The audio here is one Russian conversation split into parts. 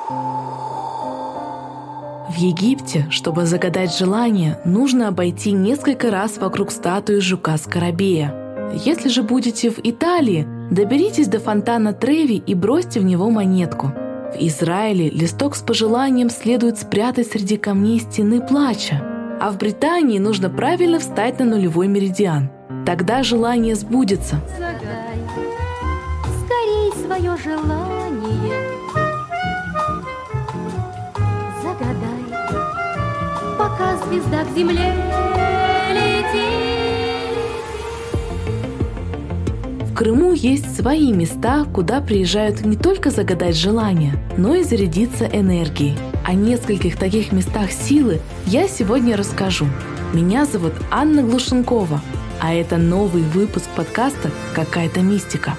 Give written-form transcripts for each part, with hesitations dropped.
В Египте, чтобы загадать желание, нужно обойти несколько раз вокруг статуи жука-скоробея. Если же будете в Италии, доберитесь до фонтана Треви и бросьте в него монетку. В Израиле листок с пожеланием следует спрятать среди камней стены плача, а в Британии нужно правильно встать на нулевой меридиан. Тогда желание сбудется. Загадай скорей свое желание. Загадай, пока звезда к земле летит. В Крыму есть свои места, куда приезжают не только загадать желание, но и зарядиться энергией. О нескольких таких местах силы я сегодня расскажу. Меня зовут Анна Глушенкова, а это новый выпуск подкаста «Какая-то мистика».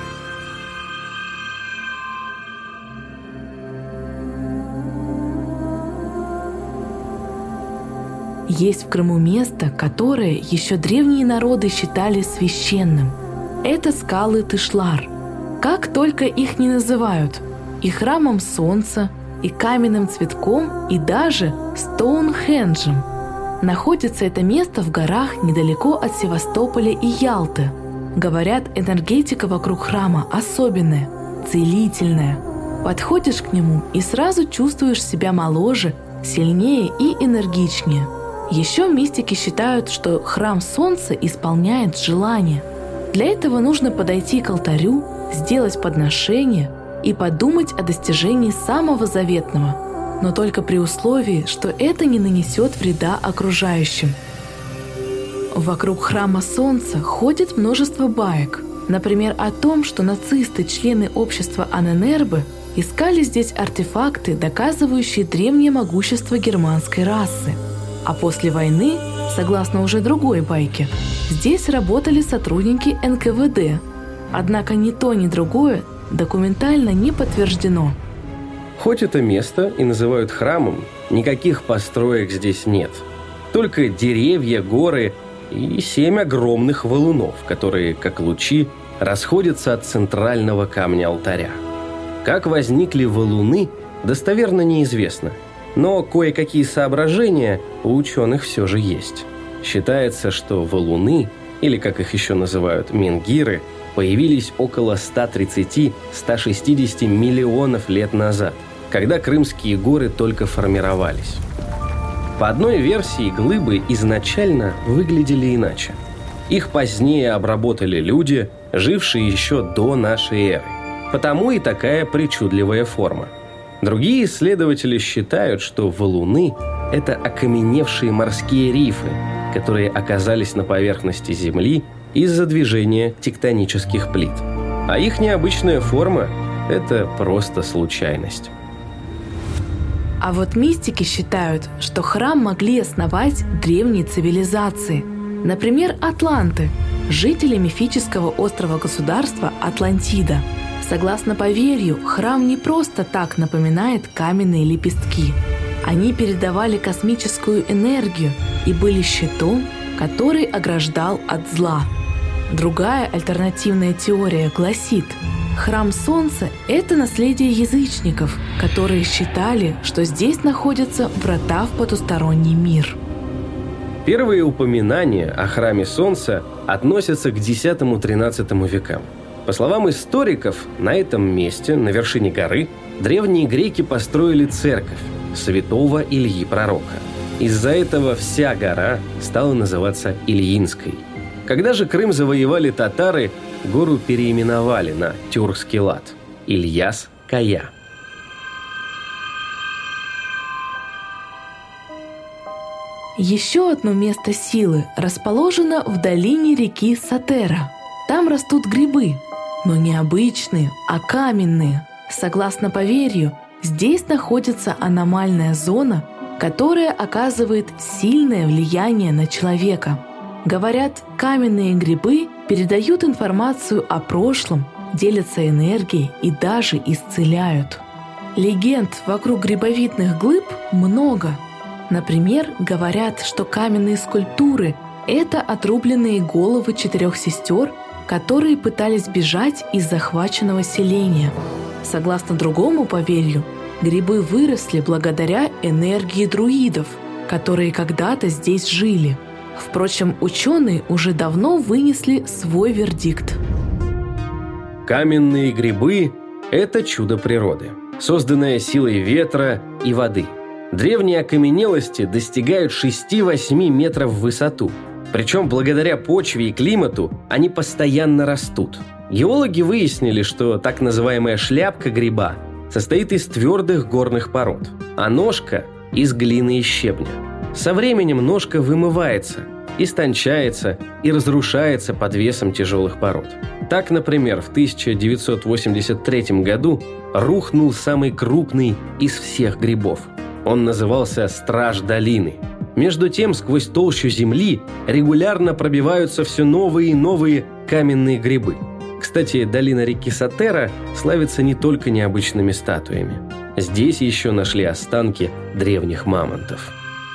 Есть в Крыму место, которое еще древние народы считали священным. Это скалы Тышлар. Как только их не называют. И храмом солнца, и каменным цветком, и даже Стоунхенджем. Находится это место в горах недалеко от Севастополя и Ялты. Говорят, энергетика вокруг храма особенная, целительная. Подходишь к нему и сразу чувствуешь себя моложе, сильнее и энергичнее. Еще мистики считают, что храм солнца исполняет желания. Для этого нужно подойти к алтарю, сделать подношение и подумать о достижении самого заветного, но только при условии, что это не нанесет вреда окружающим. Вокруг храма солнца ходит множество баек. Например, о том, что нацисты, члены общества Анненербе, искали здесь артефакты, доказывающие древнее могущество германской расы. А после войны, согласно уже другой байке, здесь работали сотрудники НКВД. Однако ни то, ни другое документально не подтверждено. Хоть это место и называют храмом, никаких построек здесь нет. Только деревья, горы и 7 огромных валунов, которые, как лучи, расходятся от центрального камня алтаря. Как возникли валуны, достоверно неизвестно. Но кое-какие соображения у ученых все же есть. Считается, что валуны, или как их еще называют, менгиры, появились около 130-160 миллионов лет назад, когда Крымские горы только формировались. По одной версии, глыбы изначально выглядели иначе. Их позднее обработали люди, жившие еще до нашей эры. Потому и такая причудливая форма. Другие исследователи считают, что валуны – это окаменевшие морские рифы, которые оказались на поверхности Земли из-за движения тектонических плит. А их необычная форма – это просто случайность. А вот мистики считают, что храм могли основать древние цивилизации. Например, атланты, жители мифического острова-государства Атлантида. Согласно поверью, храм не просто так напоминает каменные лепестки. Они передавали космическую энергию и были щитом, который ограждал от зла. Другая альтернативная теория гласит, храм Солнца – это наследие язычников, которые считали, что здесь находятся врата в потусторонний мир. Первые упоминания о храме Солнца относятся к X-XIII векам. По словам историков, на этом месте, на вершине горы, древние греки построили церковь святого Ильи Пророка. Из-за этого вся гора стала называться Ильинской. Когда же Крым завоевали татары, гору переименовали на тюркский лад – Ильяс-Кая. Еще одно место силы расположено в долине реки Сатера. Там растут грибы, но не обычные, а каменные. Согласно поверью, здесь находится аномальная зона, которая оказывает сильное влияние на человека. Говорят, каменные грибы передают информацию о прошлом, делятся энергией и даже исцеляют. Легенд вокруг грибовидных глыб много. Например, говорят, что каменные скульптуры – это отрубленные головы 4 сестер, которые пытались бежать из захваченного селения. Согласно другому поверью, Грибы выросли благодаря энергии друидов, которые когда-то здесь жили. Впрочем, ученые уже давно вынесли свой вердикт. Каменные грибы – это чудо природы, созданное силой ветра и воды. Древние окаменелости достигают 6-8 метров в высоту. Причем благодаря почве и климату они постоянно растут. Геологи выяснили, что так называемая шляпка гриба состоит из твердых горных пород, а ножка – из глины и щебня. Со временем ножка вымывается, истончается и разрушается под весом тяжелых пород. Так, например, в 1983 году рухнул самый крупный из всех грибов. Он назывался «Страж долины». Между тем, сквозь толщу земли регулярно пробиваются все новые и новые каменные грибы. Кстати, долина реки Сатера славится не только необычными статуями. Здесь еще нашли останки древних мамонтов.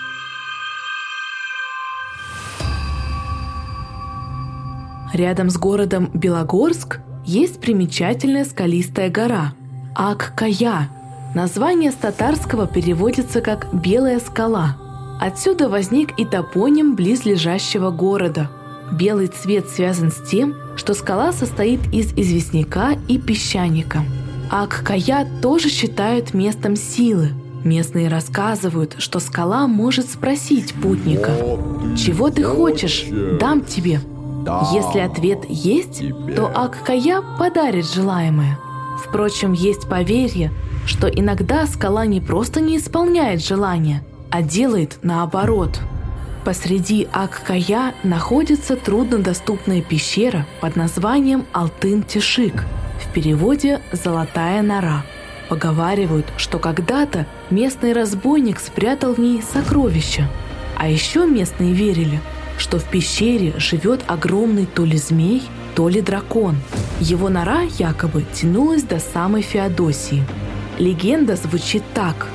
Рядом с городом Белогорск есть примечательная скалистая гора – Ак-Кая. Название с татарского переводится как «белая скала». Отсюда возник и топоним близлежащего города. Белый цвет связан с тем, что скала состоит из известняка и песчаника. Ак-Кая тоже считают местом силы. Местные рассказывают, что скала может спросить путника: «Чего ты хочешь? Дам тебе». Если ответ есть, то Ак-Кая подарит желаемое. Впрочем, есть поверье, что иногда скала не просто не исполняет желания, а делает наоборот. Посреди Ак-Кая находится труднодоступная пещера под названием Алтын-Тишик, в переводе «Золотая нора». Поговаривают, что когда-то местный разбойник спрятал в ней сокровища. А еще местные верили, что в пещере живет огромный то ли змей, то ли дракон. Его нора якобы тянулась до самой Феодосии. Легенда звучит так.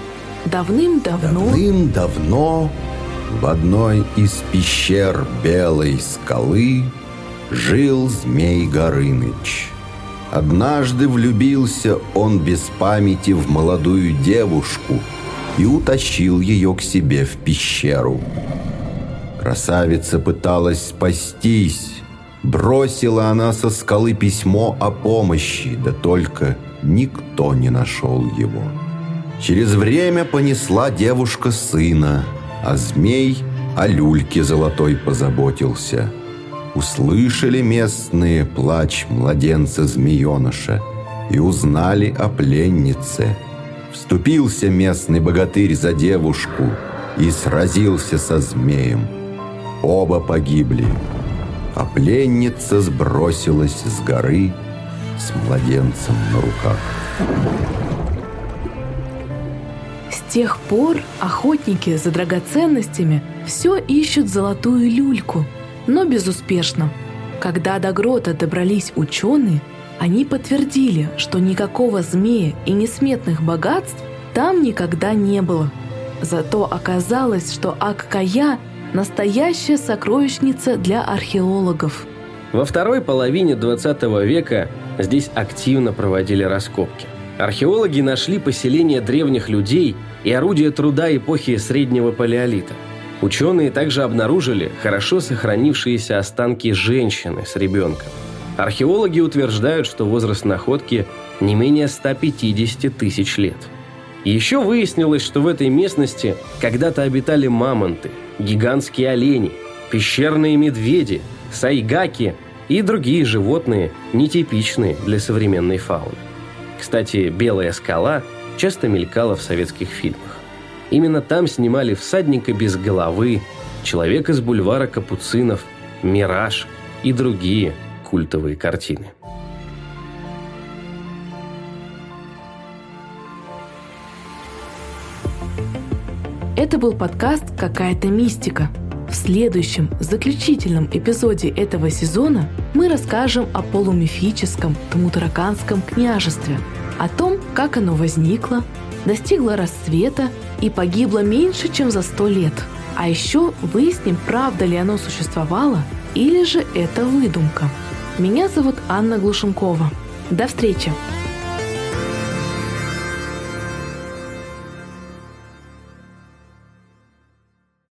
Давным-давно в одной из пещер Белой скалы жил Змей Горыныч. Однажды влюбился он без памяти в молодую девушку и утащил ее к себе в пещеру. Красавица пыталась спастись. Бросила она со скалы письмо о помощи, да только никто не нашел его. Через время понесла девушка сына, а змей о люльке золотой позаботился. Услышали местные плач младенца-змееныша и узнали о пленнице. Вступился местный богатырь за девушку и сразился со змеем. Оба погибли, а пленница сбросилась с горы с младенцем на руках. С тех пор охотники за драгоценностями все ищут золотую люльку, но безуспешно. Когда до грота добрались ученые, они подтвердили, что никакого змея и несметных богатств там никогда не было. Зато оказалось, что Ак-Кая – настоящая сокровищница для археологов. Во второй половине 20 века здесь активно проводили раскопки. Археологи нашли поселения древних людей и орудия труда эпохи Среднего Палеолита. Ученые также обнаружили хорошо сохранившиеся останки женщины с ребенком. Археологи утверждают, что возраст находки не менее 150 тысяч лет. Еще выяснилось, что в этой местности когда-то обитали мамонты, гигантские олени, пещерные медведи, сайгаки и другие животные, нетипичные для современной фауны. Кстати, «Белая скала» часто мелькала в советских фильмах. Именно там снимали «Всадника без головы», «Человека с бульвара Капуцинов», «Мираж» и другие культовые картины. Это был подкаст «Какая-то мистика». В следующем, заключительном эпизоде этого сезона мы расскажем о полумифическом Тмутараканском княжестве, о том, как оно возникло, достигло расцвета и погибло меньше, чем за 100 лет. А еще выясним, правда ли оно существовало или же это выдумка. Меня зовут Анна Глушенкова. До встречи!